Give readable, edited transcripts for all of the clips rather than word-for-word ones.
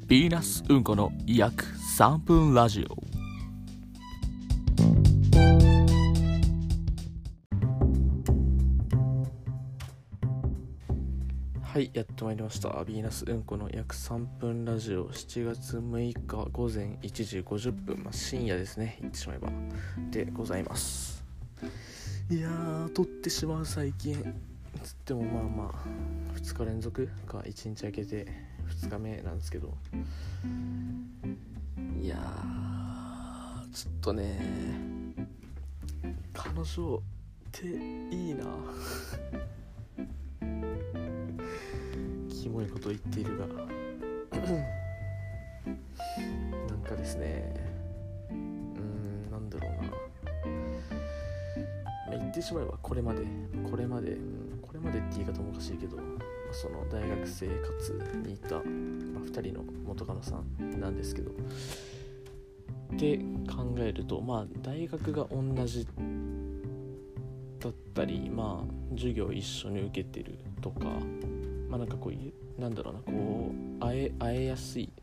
ヴィーナスうんこの約3分ラジオ。はい、やってまいりました。ヴィーナスうんこの約3分ラジオ。7月6日午前1時50分、深夜ですね、言ってしまえばでございます。いやー、撮ってしまう最近つっても2日連続か1日空けて2日目なんですけど、いやーちょっとね、彼女っていいなキモいこと言っているがなんかですね、なんだろうな、言ってしまえばこれまでって言い方もおかしいけど、その大学生活にいた、2人の元カノさんなんですけど、って考えると、大学が同じだったり、授業一緒に受けてるとか、なんかこういうなんだろうな、こう会いやすい、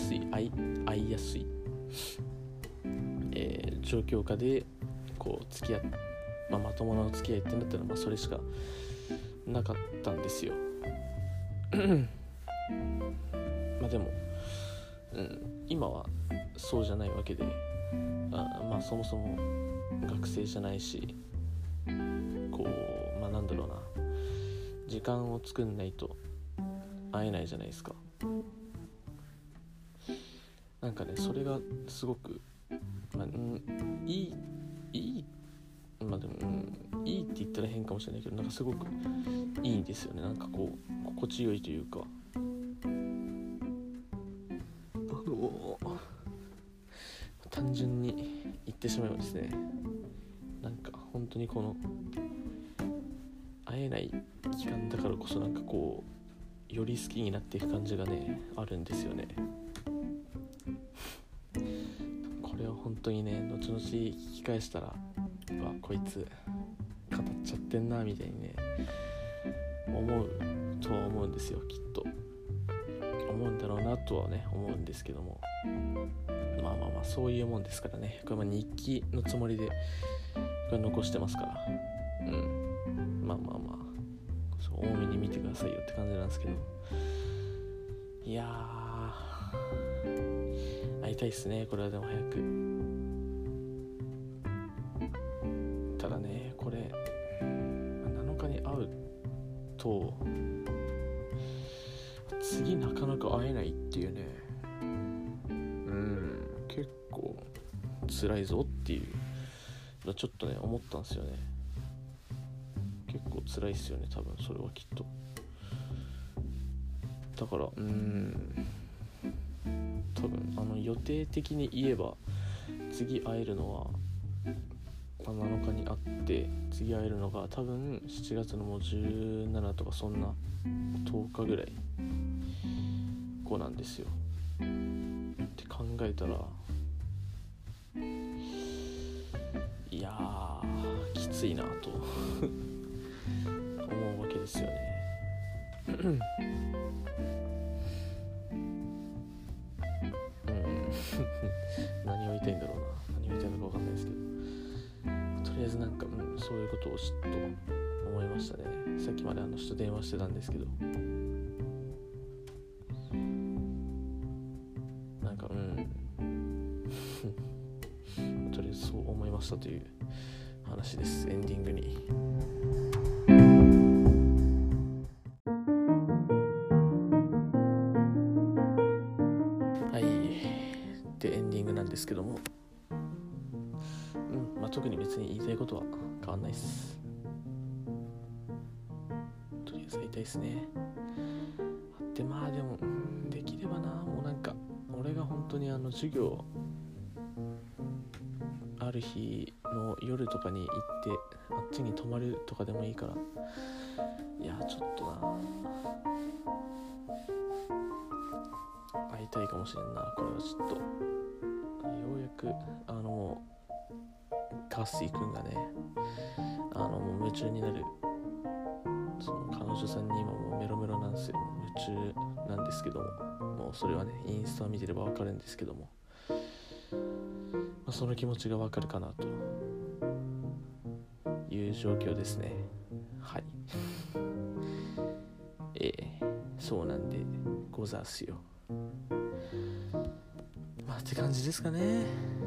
状況下でこう付き合って、まともな付き合いってなったら、それしかなかったんですよでも、今はそうじゃないわけで、そもそも学生じゃないし、こうなんだろうな、時間を作んないと会えないじゃないですか。なんかね、それがすごく、いいでも、いいって言ったら変かもしれないけど、なんかすごくいいんですよね。なんかこう心地よいというか、単純に言ってしまえばですね、なんか本当にこの会えない期間だからこそ、なんかこうより好きになっていく感じがね、あるんですよね。これは本当にね、後々聞き返したら、こいつ語っちゃってんなみたいにね、思うとは思うんですよ。きっと思うんだろうなとはね、思うんですけども、そういうもんですからね。これ日記のつもりでこれ残してますから、そう多めに見てくださいよって感じなんですけど、いやー会いたいっすね。これはでも早く。ただね、これ7日に会うと次なかなか会えないっていうね、結構辛いぞっていうのちょっとね思ったんですよね。結構辛いっすよね、多分それはきっと。だから多分予定的に言えば次会えるのは7日に会って、次会えるのが多分7月のもう17とか、そんな10日ぐらい後なんですよ。って考えたら、いやーきついなと思うわけですよね何を言いたいんだろうな、何を言いたいのか分かんないですけど、とりあえずなんか、そういうことをちょっと思いましたね。さっきまで人電話してたんですけど、なんかとりあえずそう思いましたという話です。エンディングにでエンディングなんですけども、特に別に言いたいことは変わんないっす。とりあえず言いたいっすね。でもできればな、もうなんか俺が本当に授業ある日の夜とかに行ってあっちに泊まるとかでもいいから、いやちょっとな、会いたいかもしれんな。これはちょっとようやくカッシーくんがね、もう夢中になる、その彼女さんに今もうメロメロなんですよ。夢中なんですけども、もうそれはねインスタを見てればわかるんですけども、その気持ちがわかるかなという状況ですね。はいそうなんでござんすよ。って感じですかね。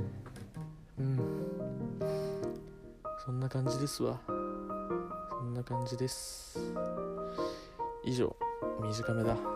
そんな感じですわ。そんな感じです。以上、短めだ。